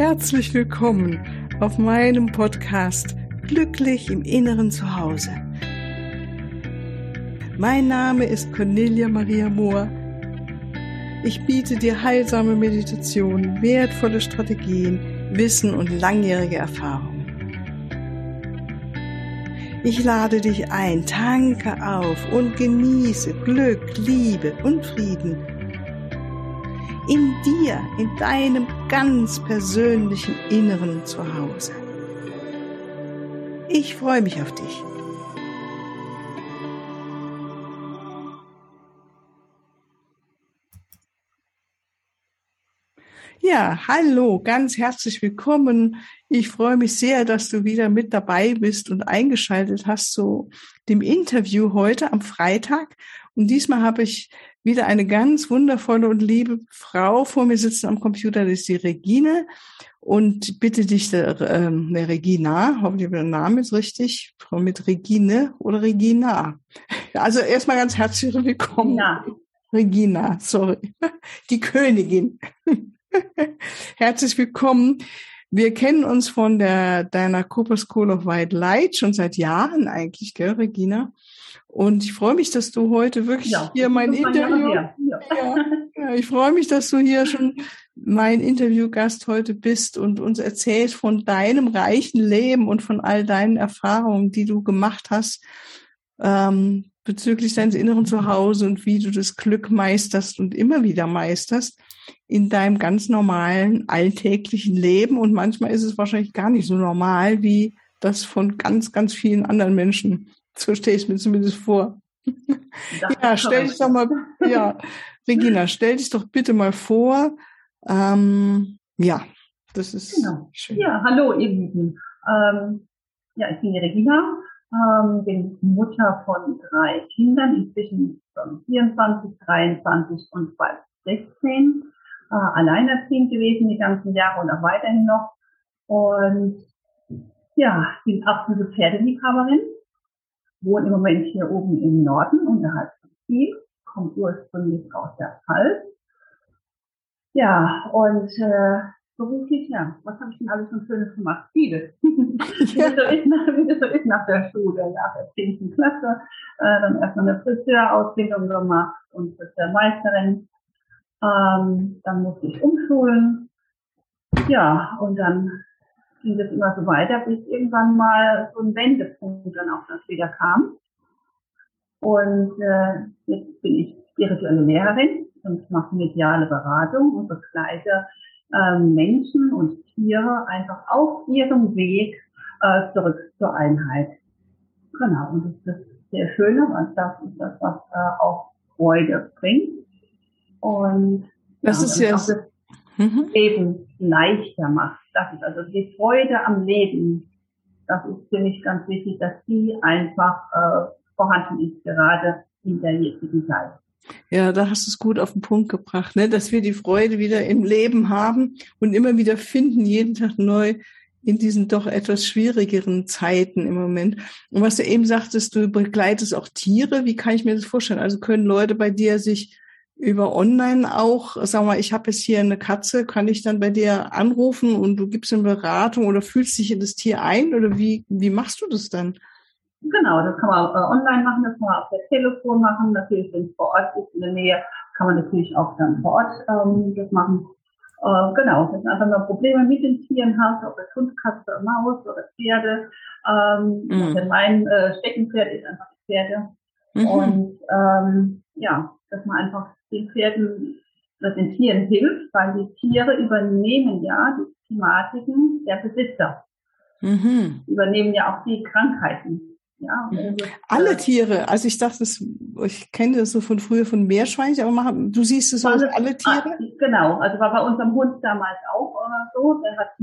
Herzlich willkommen auf meinem Podcast Glücklich im Inneren Zuhause. Mein Name ist Cornelia Maria Mohr. Ich biete dir heilsame Meditationen, wertvolle Strategien, Wissen und langjährige Erfahrungen. Ich lade dich ein, tanke auf und genieße Glück, Liebe und Frieden. In dir, in deinem ganz persönlichen Inneren Zuhause. Ich freue mich auf dich. Ja, hallo, ganz herzlich willkommen. Ich freue mich sehr, dass du wieder mit dabei bist und eingeschaltet hast zu dem Interview heute am Freitag. Und diesmal habe ich wieder eine ganz wundervolle und liebe Frau vor mir sitzen am Computer, das ist die Regine. Und bitte dich, der Regina, hoffentlich der Name ist richtig, mit Regine oder Regina. Also erstmal ganz herzlich willkommen. Ja. Regina, sorry, die Königin. Herzlich willkommen. Wir kennen uns von deiner Cooper School of White Light schon seit Jahren eigentlich, gell, Regina? Und ich freue mich, dass du heute wirklich hier mein Interview. Ja, ich freue mich, dass du hier schon mein Interviewgast heute bist und uns erzählst von deinem reichen Leben und von all deinen Erfahrungen, die du gemacht hast bezüglich deines inneren Zuhause und wie du das Glück meisterst und immer wieder meisterst in deinem ganz normalen alltäglichen Leben. Und manchmal ist es wahrscheinlich gar nicht so normal, wie das von ganz, ganz vielen anderen Menschen. So stelle ich es mir zumindest vor. Ja, stell dich doch mal, Regina, stell dich doch bitte mal vor. Ja, das ist schön. Ja, hallo ihr Lieben. Ich bin die Regina, bin Mutter von 3 Kindern, inzwischen schon 24, 23 und bald 16. Alleinerziehend gewesen die ganzen Jahre und auch weiterhin noch. Und ja, bin absolute Pferdeliebhaberin. Wohne im Moment hier oben im Norden, unterhalb von Kiel, komme ursprünglich aus der Pfalz. Ja, und beruflich, was habe ich denn alles schon Schönes gemacht? Vieles. Wie das so ist nach der Schule, nach der 10. Klasse, dann erstmal eine Friseurausbildung gemacht und Friseurmeisterin. Dann musste ich umschulen. Ja, und dann ging das immer so weiter, bis irgendwann mal so ein Wendepunkt dann auch das wieder kam. Und jetzt bin ich spirituelle Lehrerin und mache mediale Beratung und begleite Menschen und Tiere einfach auf ihrem Weg zurück zur Einheit. Genau, und das ist sehr schön und das ist das, was auch Freude bringt. Und das ist ja auch das Leben leichter macht. Das ist also die Freude am Leben. Das ist für mich ganz wichtig, dass die einfach vorhanden ist, gerade in der jetzigen Zeit. Ja, da hast du es gut auf den Punkt gebracht, ne? Dass wir die Freude wieder im Leben haben und immer wieder finden, jeden Tag neu in diesen doch etwas schwierigeren Zeiten im Moment. Und was du eben sagtest, du begleitest auch Tiere. Wie kann ich mir das vorstellen? Also können Leute bei dir sich über online auch, sag mal, ich habe jetzt hier eine Katze, kann ich dann bei dir anrufen und du gibst eine Beratung oder fühlst dich in das Tier ein oder wie machst du das dann? Genau, das kann man online machen, das kann man auch per Telefon machen. Natürlich, wenn es vor Ort ist in der Nähe, kann man natürlich auch dann vor Ort das machen. Genau, wenn du einfach mal Probleme mit den Tieren hast, ob es Hund, Katze, Maus oder Pferde. Denn mein Steckenpferd ist einfach Pferde. Und dass man einfach den Pferden, den Tieren hilft, weil die Tiere übernehmen ja die Thematiken der Besitzer. Übernehmen ja auch die Krankheiten. Ja, alle Tiere, also ich dachte, ich kenne das so von früher von Meerschweinchen, aber du siehst es aus alle Tiere? Genau, also war bei unserem Hund damals auch so, der hat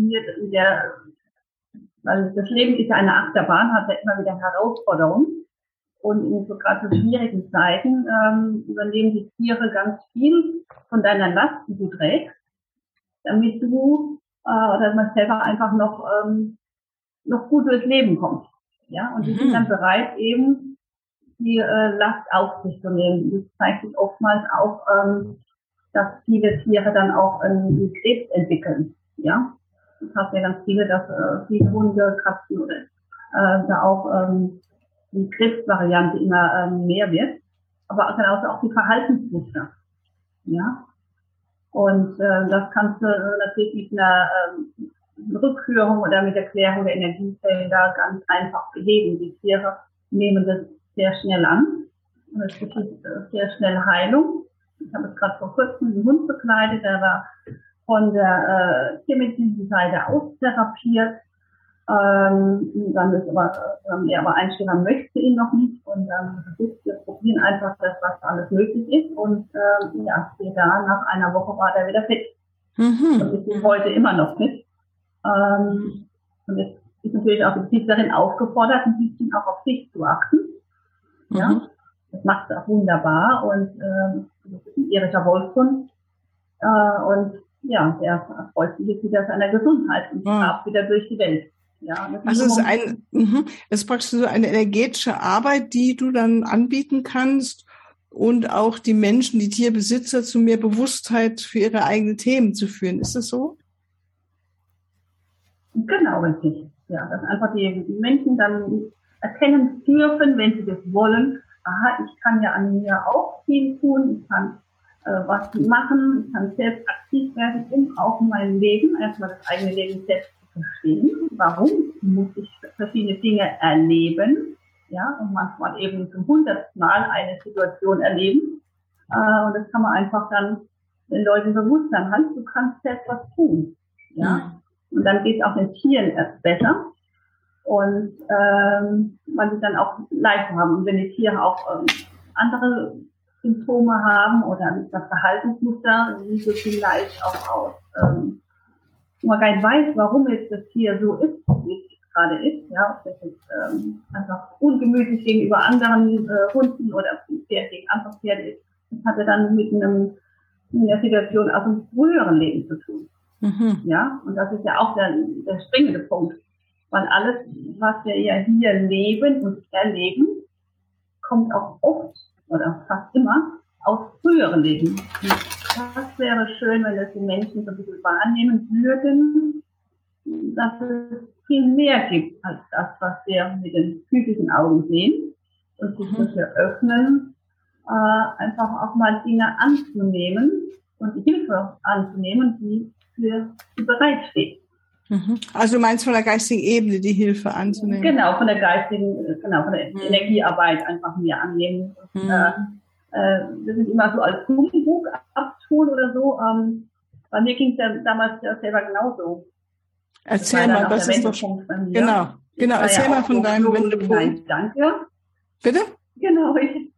weil das Leben ist ja eine Achterbahn, hat ja immer wieder Herausforderungen und in so gerade so schwierigen Zeiten übernehmen die Tiere ganz viel von deiner Last, die du trägst, damit du oder man selber einfach noch gut durchs Leben kommt. Ja, und die sind dann bereit, eben die Last auf sich zu nehmen. Das zeigt sich oftmals auch, dass viele Tiere dann auch einen Krebs entwickeln. Ja, das hast ja ganz viele, dass viele Hunde, Katzen oder da auch die Krebsvariante immer mehr wird. Aber genauso auch die Verhaltensmuster. Ja. Und das kannst du natürlich mit einer Rückführung oder mit Erklärung der Energiefelder ganz einfach beheben. Die Tiere nehmen das sehr schnell an. Und es geschieht sehr schnell Heilung. Ich habe jetzt gerade vor kurzem einen Hund begleitet, der war von der tiermedizinischen Seite austherapiert. Dann ist aber einstellen möchte ihn noch nicht. Und dann wir probieren einfach das, was alles möglich ist. Und später, nach einer Woche war der wieder fit. Und ist heute immer noch fit. Und jetzt ist natürlich auch die Besitzerin aufgefordert, ein bisschen auch auf sich zu achten. Ja, das macht sie auch wunderbar. Und das ist ein irischer Wolfshund. Und ja, der freut sich jetzt wieder seiner Gesundheit und trabt wieder durch die Welt. Ja, also es ist praktisch so eine energetische Arbeit, die du dann anbieten kannst und auch die Menschen, die Tierbesitzer zu mehr Bewusstheit für ihre eigenen Themen zu führen. Ist das so? Genau, richtig. Ja, dass einfach die Menschen dann erkennen dürfen, wenn sie das wollen. Aha, ich kann ja an mir auch viel tun, ich kann was machen, ich kann selbst aktiv werden, um auch mein Leben, erstmal das eigene Leben selbst zu verstehen. Warum muss ich verschiedene Dinge erleben? Ja, und manchmal eben zum 100. Mal eine Situation erleben. Und das kann man einfach dann den Leuten bewusst sein. Halt, du kannst selbst was tun. Ja. Und dann geht es auch den Tieren erst besser. Und man sie dann auch leichter haben. Und wenn die Tiere auch andere Symptome haben oder das Verhaltensmuster, sieht es vielleicht auch aus. Man gar nicht weiß, warum jetzt das Tier so ist, wie es gerade ist. Ja, ob das jetzt einfach ungemütlich gegenüber anderen Hunden oder Pferd gegen andere Pferde ist. Das hat ja dann mit einer Situation aus dem früheren Leben zu tun. Ja, und das ist ja auch der springende Punkt. Weil alles, was wir ja hier leben und erleben, kommt auch oft oder fast immer aus früheren Leben. Und das wäre schön, wenn das die Menschen so ein bisschen wahrnehmen würden, dass es viel mehr gibt als das, was wir mit den physischen Augen sehen. Und sich dafür öffnen, einfach auch mal Dinge anzunehmen und die Hilfe anzunehmen, die für sie bereitsteht. Also du meinst von der geistigen Ebene die Hilfe anzunehmen? Genau, von der geistigen, von der Energiearbeit einfach mehr annehmen. Das ist immer so als Humbug abtun oder so. Bei mir ging es ja damals ja selber genauso. Erzähl mal, das ist doch genau, erzähl mal von deinem Wendepunkt. Nein, danke. Bitte? Genau, ich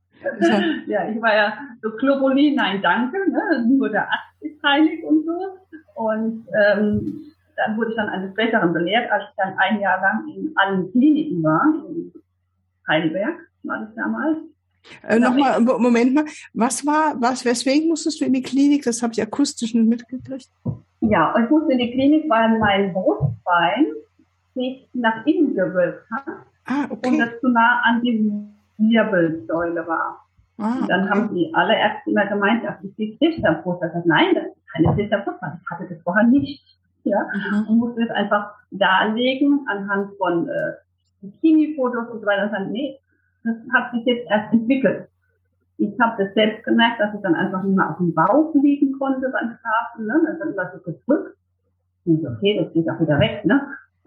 war ja so Globuli, nein, danke, ne? Nur der Arzt ist heilig und so. Und dann wurde ich dann eines Besseren belehrt, als ich dann ein Jahr lang in allen Kliniken war, in Heidelberg war das damals. Nochmal, Moment mal, weswegen musstest du in die Klinik? Das habe ich akustisch nicht mitgekriegt. Ja, ich musste in die Klinik, weil mein Brustbein sich nach innen gewölbt hat und das zu nah an die Wirbelsäule war. Und dann haben die alle Ärzte immer gemeint, das ist die Zwischenbrust. Ich sagte, nein, das ist keine Zwischenbrust, ich hatte das vorher nicht. Ja, und musste es einfach darlegen anhand von Bikini-Fotos und so weiter und sagen, nee, das hat sich jetzt erst entwickelt. Ich habe das selbst gemerkt, dass ich dann einfach nicht mehr auf dem Bauch liegen konnte beim Schlafen, ne? Das hat immer so gedrückt. Und so, okay, das geht auch wieder weg, ne?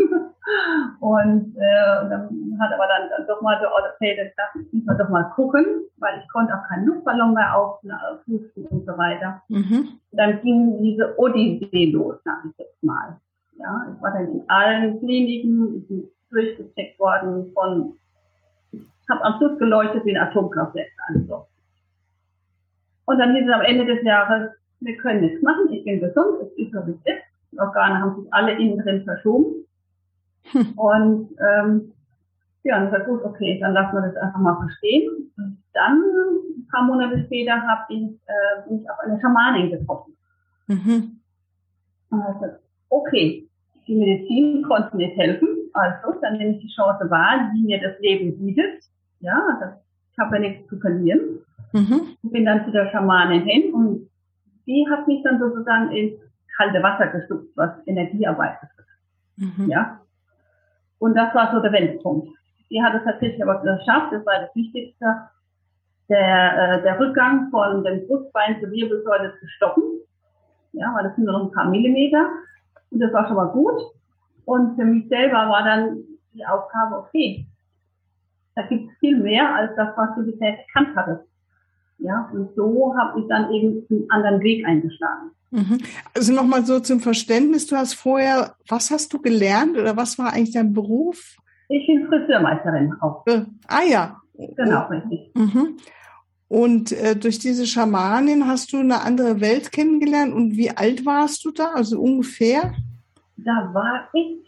Und dann hat aber dann doch mal so, okay, das muss man doch mal gucken, weil ich konnte auch keinen Luftballon mehr aufpusten und so weiter. Dann ging diese Odyssee los, sag ich jetzt mal. Ja, ich war dann in allen Kliniken, ich bin durchgecheckt worden ich habe am Schluss geleuchtet wie ein Atomkraftwerk. Also. Und dann hieß es am Ende des Jahres, wir können nichts machen, ich bin gesund, es ist so wie es ist. Die Organe haben sich alle innen drin verschoben. Und dann war gut, okay, dann lassen wir das einfach mal verstehen. Und dann, ein paar Monate später, habe ich mich auf eine Schamanin getroffen. Und also, okay, die Medizin konnte nicht helfen, also dann nehme ich die Chance wahr, die mir das Leben bietet. Ja, ich habe ja nichts zu verlieren. Bin dann zu der Schamanin hin und die hat mich dann sozusagen ins kalte Wasser geschubst, was Energiearbeit betrifft. Ja. Und das war so der Wendepunkt. Die hat es tatsächlich aber geschafft, das war das Wichtigste, der Rückgang von dem Brustbein zur Wirbelsäule zu stoppen. Ja, weil das sind nur noch ein paar Millimeter. Und das war schon mal gut. Und für mich selber war dann die Aufgabe, okay, da gibt es viel mehr als das, was du bisher gekannt hattest. Ja, und so habe ich dann eben einen anderen Weg eingeschlagen. Also nochmal so zum Verständnis, du hast vorher, was hast du gelernt oder was war eigentlich dein Beruf? Ich bin Friseurmeisterin auch. Ja. Genau, richtig. Und durch diese Schamanin hast du eine andere Welt kennengelernt. Und wie alt warst du da? Also ungefähr? Da war ich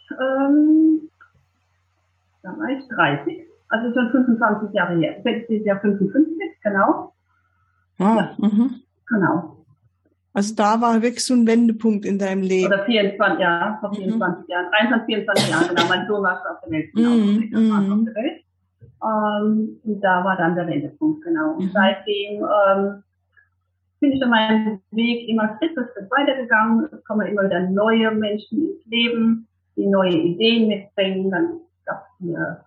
30, also schon 25 Jahre her. Jetzt ist ja 55, genau. Ja, genau. Also da war wirklich so ein Wendepunkt in deinem Leben. Oder 24, ja, vor 24 Jahren. 23, 24 Jahre, genau. Mein Sohn war schon auf der Welt. Genau, auf der Welt. Und da war dann der Wendepunkt, genau. Und seitdem bin ich auf meinem Weg immer Schritt für Schritt weitergegangen. Es kommen immer wieder neue Menschen ins Leben, die neue Ideen mitbringen. Dann gab es hier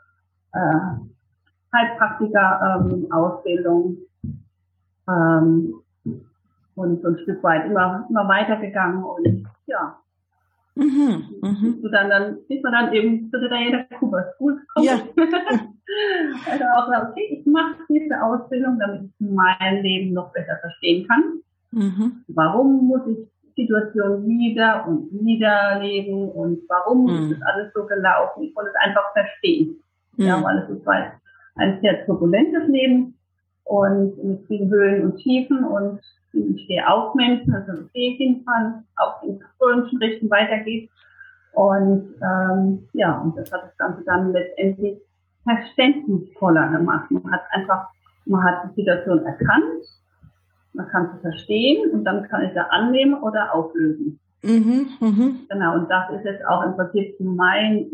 Heilpraktiker-Ausbildung. Und so ein Stück weit immer weitergegangen und ja. Dann ist man dann eben zu der Diana Cooper School gekommen. Ja. Also auch gesagt, okay, ich mache diese Ausbildung, damit ich mein Leben noch besser verstehen kann. Warum muss ich Situationen wieder und wieder leben und warum ist das alles so gelaufen? Ich wollte es einfach verstehen. Ja, weil es ist ein sehr turbulentes Leben und mit vielen Höhen und Tiefen und ich stehe auf Menschen, also okay, hinfallen, auch in fröhlichen Richtung weitergeht. Und und das hat das Ganze dann letztendlich verständnisvoller gemacht. Man hat die Situation erkannt, man kann sie verstehen und dann kann ich sie annehmen oder auflösen. Genau, und das ist jetzt auch im Prinzip mein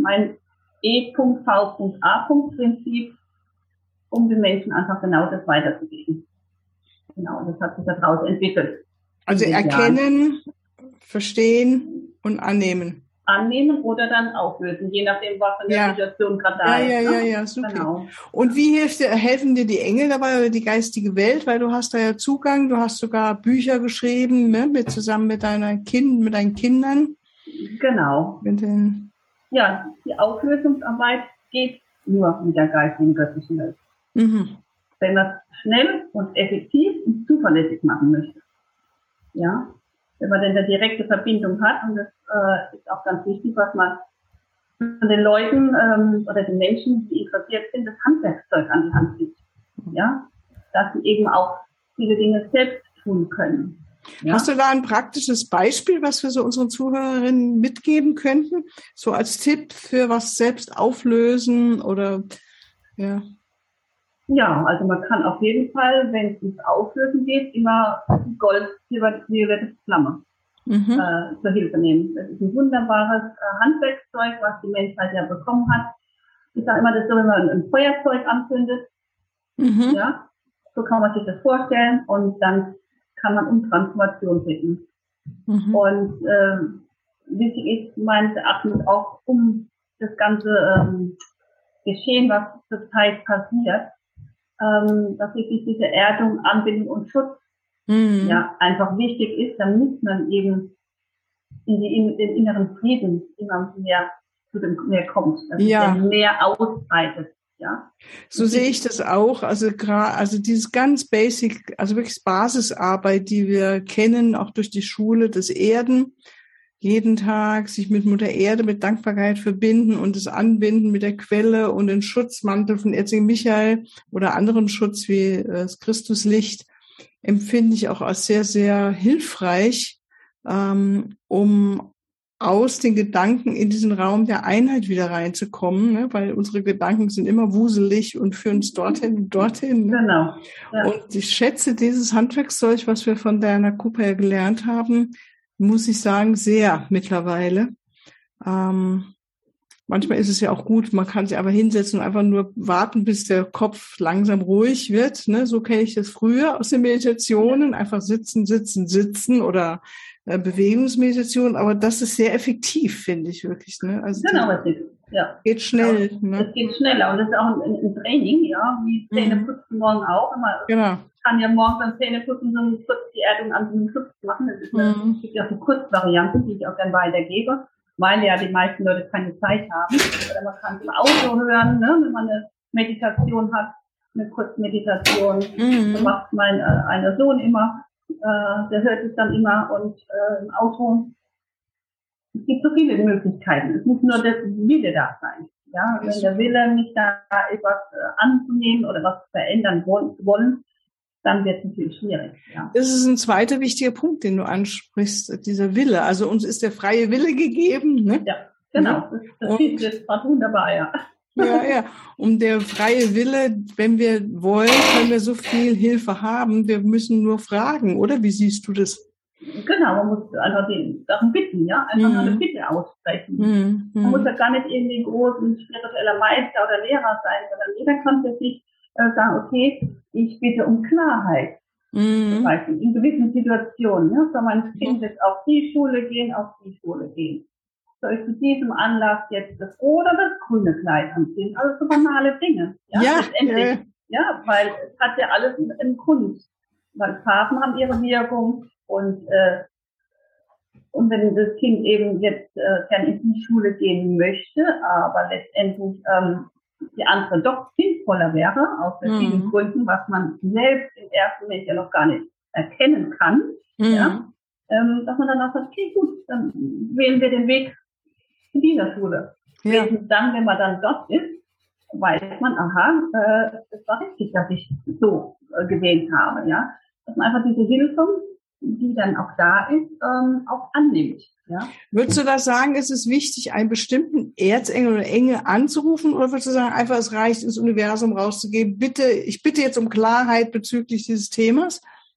E.V.A.-Prinzip, um den Menschen einfach genau das weiterzugeben. Genau, das hat sich daraus entwickelt. Also erkennen, verstehen und annehmen. Annehmen oder dann auflösen, je nachdem, was in der Situation gerade da ist. Ja, super. Genau. Und wie helfen dir die Engel dabei oder die geistige Welt? Weil du hast da ja Zugang, du hast sogar Bücher geschrieben, ne, zusammen mit deinen Kindern. Genau. Ja, die Auflösungsarbeit geht nur mit der geistigen, göttlichen Welt. Wenn man es schnell und effektiv und zuverlässig machen möchte. Ja, wenn man denn eine direkte Verbindung hat, und das ist auch ganz wichtig, was man von den Leuten oder den Menschen, die interessiert sind, das Handwerkszeug an die Hand gibt. Ja, dass sie eben auch viele Dinge selbst tun können. Ja? Hast du da ein praktisches Beispiel, was wir so unseren Zuhörerinnen mitgeben könnten? So als Tipp für was selbst auflösen oder ja. Ja, also man kann auf jeden Fall, wenn es ums Auflösen geht, immer Gold, Silber, violette Flamme zur Hilfe nehmen. Das ist ein wunderbares Handwerkszeug, was die Menschheit ja bekommen hat. Ich sage immer, das ist so, wenn man ein Feuerzeug anzündet. Ja, so kann man sich das vorstellen und dann kann man um Transformation bitten. Und wichtig ist meines Erachtens auch um das ganze Geschehen, was zurzeit passiert, dass wirklich diese Erdung, Anbindung und Schutz einfach wichtig ist, damit man eben in den inneren Frieden immer mehr zu dem Meer kommt, dass es mehr ausbreitet. Ja. So sehe ich das auch. Also dieses ganz basic, also wirklich Basisarbeit, die wir kennen, auch durch die Schule, das Erden, jeden Tag sich mit Mutter Erde, mit Dankbarkeit verbinden und das Anbinden mit der Quelle und den Schutzmantel von Erzengel Michael oder anderen Schutz wie das Christuslicht, empfinde ich auch als sehr, sehr hilfreich, um aus den Gedanken in diesen Raum der Einheit wieder reinzukommen, ne? Weil unsere Gedanken sind immer wuselig und führen uns dorthin. Ne? Genau. Ja. Und ich schätze dieses Handwerkszeug, was wir von Diana Cooper gelernt haben, muss ich sagen, sehr mittlerweile. manchmal ist es ja auch gut, man kann sich aber hinsetzen und einfach nur warten, bis der Kopf langsam ruhig wird. Ne? So kenne ich das früher aus den Meditationen. Einfach sitzen, sitzen, sitzen oder Bewegungsmeditation. Aber das ist sehr effektiv, finde ich wirklich. Ne? Also genau, es ist, ja. Geht schnell. Ja, ne? es geht schneller und das ist auch ein Training, ja, wie Zähneputzen morgen auch. Genau. Kann ja morgen beim Zähneputzen so kurz die Erdung an so einem Schutz machen. Das ist ja auch eine Kurzvariante, die ich auch dann weitergebe, weil ja die meisten Leute keine Zeit haben. Oder man kann es im Auto hören, ne, wenn man eine Meditation hat, eine Kurzmeditation. Das macht mein einer Sohn immer. Der hört es dann immer und im Auto. Es gibt so viele Möglichkeiten. Es muss nur der Wille da sein. Ja, wenn der Wille nicht da ist, was anzunehmen oder was verändern wollen, dann wird es natürlich schwierig. Ja. Das ist ein zweiter wichtiger Punkt, den du ansprichst, dieser Wille. Also uns ist der freie Wille gegeben. Ne? Ja, genau. Das ist jetzt gerade wunderbar, ja. Ja. Und der freie Wille, wenn wir wollen, können wir so viel Hilfe haben. Wir müssen nur fragen, oder? Wie siehst du das? Genau, man muss einfach darum bitten, ja, einfach eine Bitte aussprechen. Man muss ja gar nicht irgendwie groß ein spiritueller Meister oder Lehrer sein, sondern jeder kann für sich sagen, okay, ich bitte um Klarheit. Zum Beispiel in gewissen Situationen, ja, soll mein Kind jetzt auf die Schule gehen, soll ich zu diesem Anlass jetzt das rote oder das grüne Kleid anziehen? Also so banale Dinge. Ja, letztendlich. Ja, weil es hat ja alles einen Grund. Weil Farben haben ihre Wirkung. Und wenn das Kind eben jetzt gerne in die Schule gehen möchte, aber letztendlich die andere doch sinnvoller wäre, aus verschiedenen Gründen, was man selbst im ersten Moment ja noch gar nicht erkennen kann, ja, dass man dann auch sagt, okay, gut, dann wählen wir den Weg in dieser Schule. Ja. Dann, wenn man dann dort ist, weiß man, aha, das war richtig, dass ich so gewählt habe, ja. Dass man einfach diese Hilfe, die dann auch da ist, auch annimmt. Ja? Würdest du das sagen, ist es wichtig, einen bestimmten Erzengel oder Engel anzurufen, oder würdest du sagen, einfach es reicht, ins Universum rauszugeben, ich bitte jetzt um Klarheit bezüglich dieses Themas?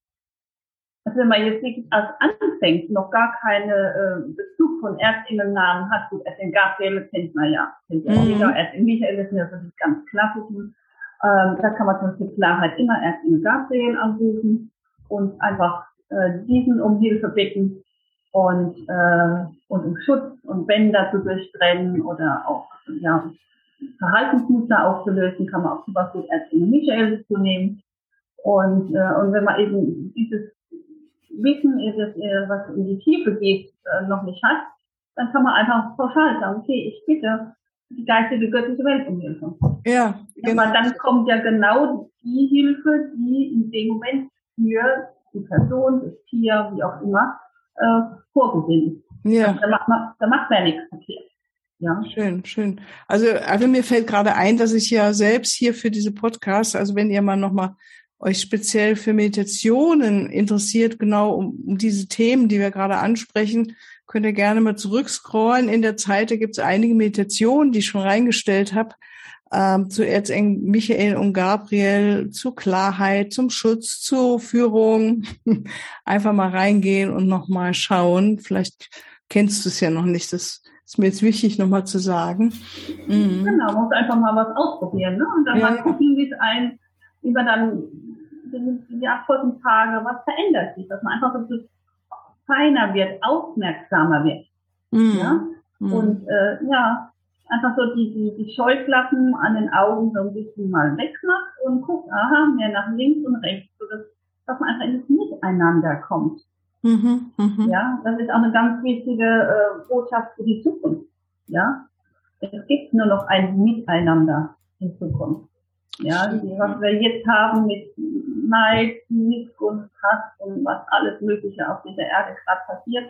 Also wenn man jetzt wirklich als anfängt, noch gar keine Bezug von Erzengelnamen hat, gut, Erzengel Gabriel kennt man ja, jeder, Erzengel Michael ist ja so die ganz klassischen, da kann man zum Beispiel Klarheit immer Erzengel Gabriel anrufen und einfach diesen um Hilfe bitten und um Schutz und Bänder zu durchtrennen oder auch Verhaltensmuster aufzulösen, kann man auch super gut Erzengel Michael zu nehmen. Und wenn man eben dieses Wissen, was in die Tiefe geht, noch nicht hat, dann kann man einfach pauschal sagen, okay, ich bitte die geistige göttliche Welt um Hilfe. Ja, genau. Aber dann kommt ja genau die Hilfe, die in dem Moment für die Person, das Tier, wie auch immer, vorgesehen ist. Ja. Also da macht man ja nichts verkehrt. Ja. Schön. Also mir fällt gerade ein, dass ich ja selbst hier für diese Podcasts, also wenn ihr mal nochmal euch speziell für Meditationen interessiert, genau um diese Themen, die wir gerade ansprechen, könnt ihr gerne mal zurückscrollen. In der Zeit, da gibt es einige Meditationen, die ich schon reingestellt habe, zu Erzengel Michael und Gabriel, zu Klarheit, zum Schutz, zur Führung. Einfach mal reingehen und nochmal schauen. Vielleicht kennst du es ja noch nicht. Das ist mir jetzt wichtig, nochmal zu sagen. Genau, man muss einfach mal was ausprobieren, ne? Und dann mal gucken, wie es über dann die abfolgenden Tage, was verändert sich, dass man einfach so ein bisschen feiner wird, aufmerksamer wird. Ja? Und einfach so die Scheuklappen an den Augen so ein bisschen mal wegmacht und guckt, mehr nach links und rechts, so dass man einfach in das Miteinander kommt. Ja, das ist auch eine ganz wichtige Botschaft für die Zukunft. Ja, es gibt nur noch ein Miteinander in Zukunft. Ja, was wir jetzt haben mit Neid, Missgunst, Hass und was alles Mögliche auf dieser Erde gerade passiert,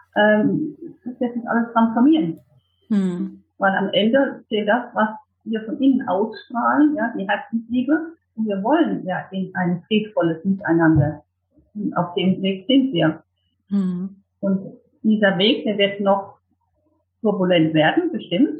das wird sich alles transformieren. Weil am Ende zählt das, was wir von innen ausstrahlen, ja, die Herzensliebe. Und wir wollen ja in ein friedvolles Miteinander. Und auf dem Weg sind wir. Und dieser Weg, der wird noch turbulent werden, bestimmt.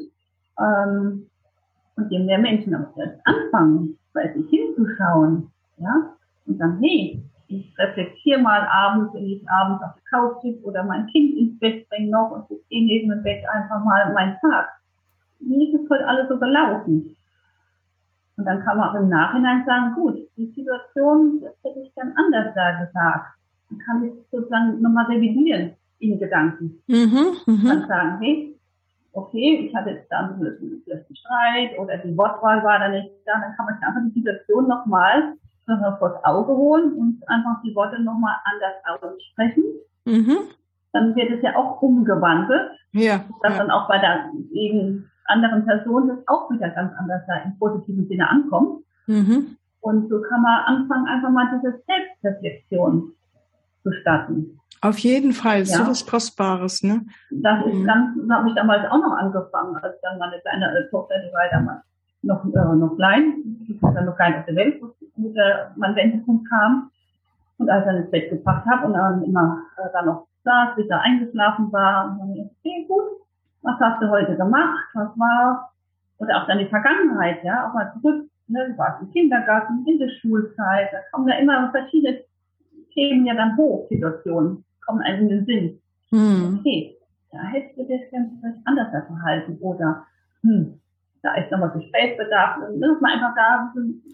Und je mehr Menschen anfangen, bei sich hinzuschauen, ja, und dann, hey, ich reflektiere mal abends, wenn ich abends auf der Couch sitze oder mein Kind ins Bett bringe noch und ich gehe neben dem Bett einfach mal meinen Tag. wie ist es heute alles so gelaufen? Und dann kann man auch im Nachhinein sagen, gut, die Situation, das hätte ich dann anders da gesagt. Dann kann ich sozusagen nochmal revidieren in Gedanken. Dann sagen, hey, okay, ich hatte jetzt da einen schlechten Streit oder die Wortwahl war da nicht da, dann kann man sich einfach die Situation nochmal vor das Auge holen und einfach die Worte nochmal anders aussprechen. Dann wird es ja auch umgewandelt, dass dann auch bei der anderen Person das auch wieder ganz anders da im positiven Sinne ankommt. Und so kann man anfangen, einfach mal diese Selbstreflexion zu starten. Auf jeden Fall, so was Kostbares, ne? Das ist ganz, das habe ich damals auch noch angefangen, als dann meine kleine Tochter, die war damals noch klein, die war dann noch klein auf der Welt, wo mein Wendepunkt kam. Und als ich dann ins Bett gebracht habe und dann immer dann noch saß, bis er eingeschlafen war, und dann okay, gut, was hast du heute gemacht, was war, oder auch dann die Vergangenheit, ja, auch mal zurück, ne, du warst im Kindergarten, in der Schulzeit, da kommen ja immer verschiedene Themen ja dann hoch, Situationen, kommen einem in den Sinn. Okay, da hättest du dich ganz anders verhalten, oder, da ist nochmal Gesprächsbedarf, und dass man einfach da,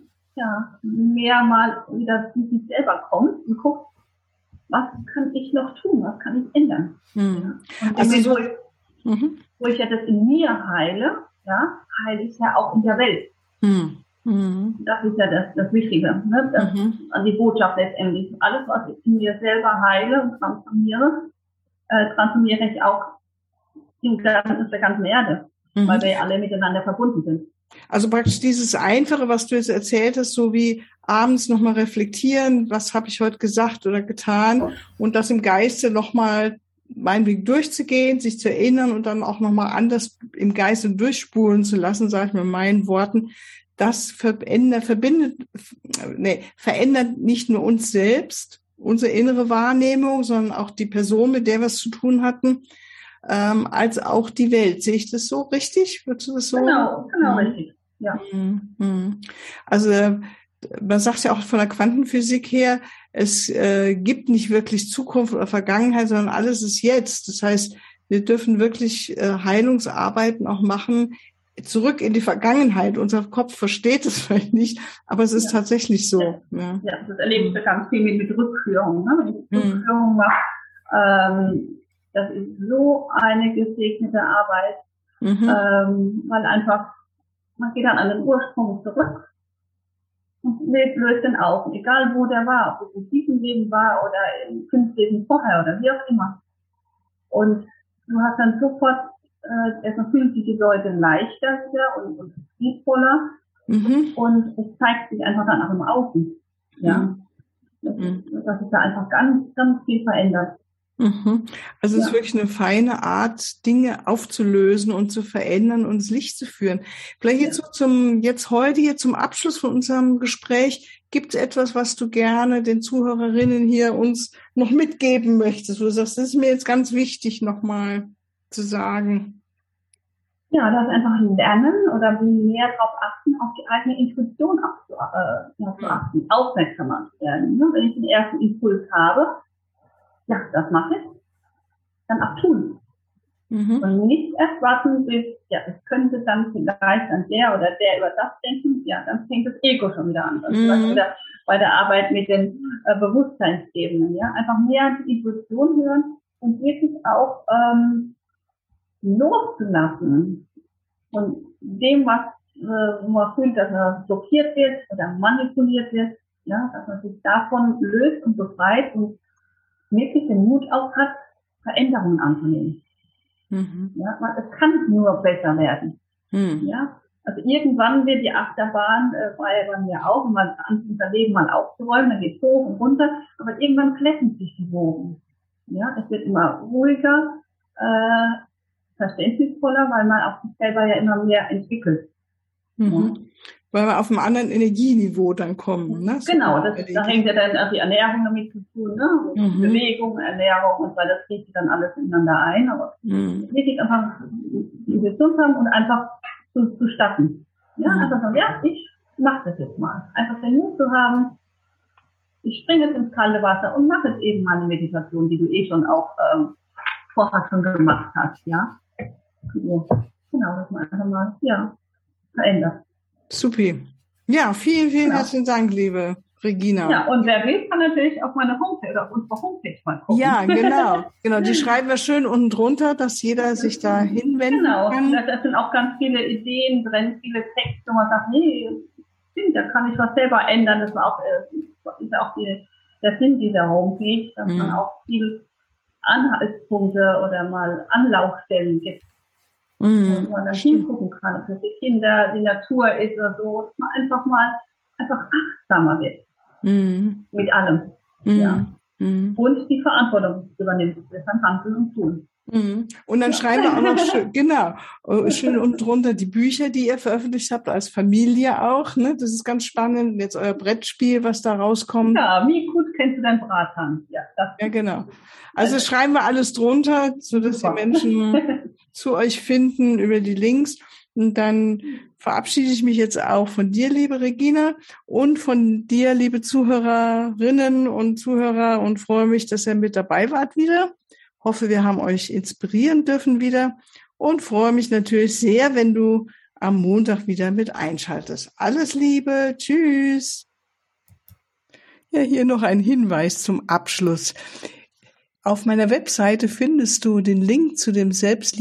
mehr mal wieder zu sich selber kommt und guckt, was kann ich noch tun, was kann ich ändern. Ja. Und also wo ich ja das in mir heile, ja, heile ich ja auch in der Welt. Das ist ja das Wichtige, ne? Also die Botschaft letztendlich. Alles, was ich in mir selber heile und transformiere ich auch in der ganzen Erde, weil wir alle miteinander verbunden sind. Also praktisch dieses Einfache, was du jetzt erzählt hast, so wie abends nochmal reflektieren, was habe ich heute gesagt oder getan, und das im Geiste nochmal meinen Weg durchzugehen, sich zu erinnern und dann auch nochmal anders im Geiste durchspulen zu lassen, sage ich mal in meinen Worten. Das verändert nicht nur uns selbst, unsere innere Wahrnehmung, sondern auch die Person, mit der wir es zu tun hatten, als auch die Welt. Sehe ich das so richtig? Würdest du das so? Genau richtig. Ja. Also man sagt ja auch von der Quantenphysik her, es gibt nicht wirklich Zukunft oder Vergangenheit, sondern alles ist jetzt. Das heißt, wir dürfen wirklich Heilungsarbeiten auch machen, zurück in die Vergangenheit. Unser Kopf versteht es vielleicht nicht, aber es ist tatsächlich so. Ja, das erlebe ich ganz viel mit Rückführung. Ne? Wenn ich Rückführung mache, das ist so eine gesegnete Arbeit, weil einfach, man geht dann an den Ursprung zurück und löst den auf, und egal wo der war, ob es in diesem Leben war oder in 5 Leben vorher oder wie auch immer. Und du hast dann sofort, erstmal fühlen sich die Leute leichter wieder und friedvoller, und es zeigt sich einfach dann auch im Außen. Ja? Das ist da einfach ganz, ganz viel verändert. Also es ist wirklich eine feine Art, Dinge aufzulösen und zu verändern und ins Licht zu führen. Vielleicht jetzt so heute zum Abschluss von unserem Gespräch, gibt es etwas, was du gerne den Zuhörerinnen hier uns noch mitgeben möchtest, wo du sagst, das ist mir jetzt ganz wichtig, nochmal zu sagen? Ja, das einfach lernen oder mehr darauf achten, auf die eigene Intuition zu achten, aufmerksamer zu werden. Wenn ich den ersten Impuls habe, ja, das mache ich, dann auch tun. Und nicht erst warten, bis, es könnte dann vielleicht an der oder der über das denken, dann fängt das Ego schon wieder an. Also wieder bei der Arbeit mit den Bewusstseinsebenen, einfach mehr die Intuition hören und wirklich auch loszulassen. Und dem, was man fühlt, dass er blockiert wird oder manipuliert wird, dass man sich davon löst und befreit und wirklich den Mut auch hat, Veränderungen anzunehmen. Es kann nur besser werden. Also irgendwann wird die Achterbahn, war ja bei mir auch, man anfängt Leben mal aufzuräumen, dann geht es hoch und runter, aber irgendwann glätten sich die Wogen. Es wird immer ruhiger, verständnisvoller, weil man auch sich selber ja immer mehr entwickelt. Weil wir auf einem anderen Energieniveau dann kommen. Ne? Genau, da hängt ja dann auch die Ernährung damit zu tun, ne? Bewegung, Ernährung und weil das geht dann alles ineinander ein. Aber wichtig einfach die Gesundheit haben und einfach zu starten. Einfach sagen, ich mache das jetzt mal. Einfach den Mut zu haben, ich springe jetzt ins kalte Wasser und mache jetzt eben mal eine Meditation, die du schon auch vorher schon gemacht hast. Genau, dass man einfach mal, ja, verändert. Supi. Ja, vielen herzlichen Dank, liebe Regina. Ja, und wer will, kann natürlich auf meine Homepage oder auf unsere Homepage mal gucken. Ja, genau. Die schreiben wir schön unten drunter, dass jeder sich da hinwenden kann. Genau, da sind auch ganz viele Ideen drin, viele Texte, wo man sagt, nee, stimmt, da kann ich was selber ändern. Das ist auch der Sinn dieser Homepage, dass man auch viel Anhaltspunkte oder mal Anlaufstellen gibt, wo man dann viel gucken kann, ob das die Kinder, die Natur ist oder so, dass man einfach achtsamer wird mit allem. Ja. Und die Verantwortung übernimmt für sein Handeln und Tun. Und dann schreiben wir auch noch schön unten drunter die Bücher, die ihr veröffentlicht habt, als Familie auch. Ne? Das ist ganz spannend. Jetzt euer Brettspiel, was da rauskommt. Ja, wie gut kennst du deinen Brathahn? Ja, genau. Also schreiben wir alles drunter, sodass die Menschen zu euch finden über die Links. Und dann verabschiede ich mich jetzt auch von dir, liebe Regina, und von dir, liebe Zuhörerinnen und Zuhörer, und freue mich, dass ihr mit dabei wart wieder. Hoffe, wir haben euch inspirieren dürfen wieder und freue mich natürlich sehr, wenn du am Montag wieder mit einschaltest. Alles Liebe, tschüss. Ja, hier noch ein Hinweis zum Abschluss. Auf meiner Webseite findest du den Link zu dem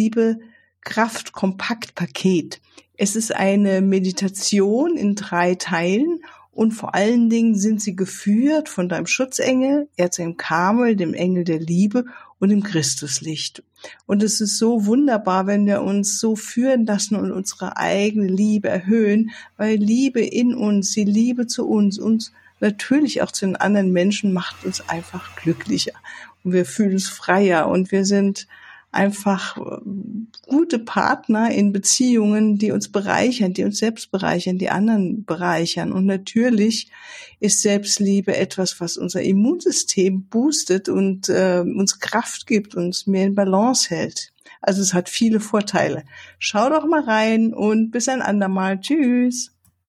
Selbstliebe-Kraft-Kompakt-Paket. Es ist eine Meditation in 3 Teilen und vor allen Dingen sind sie geführt von deinem Schutzengel, Erzengel Karmel, dem Engel der Liebe und dem Christuslicht. Und es ist so wunderbar, wenn wir uns so führen lassen und unsere eigene Liebe erhöhen, weil Liebe in uns, die Liebe zu uns natürlich auch zu den anderen Menschen macht uns einfach glücklicher. Und wir fühlen uns freier und wir sind einfach gute Partner in Beziehungen, die uns bereichern, die uns selbst bereichern, die anderen bereichern. Und natürlich ist Selbstliebe etwas, was unser Immunsystem boostet und uns Kraft gibt, uns mehr in Balance hält. Also es hat viele Vorteile. Schau doch mal rein und bis ein andermal. Tschüss.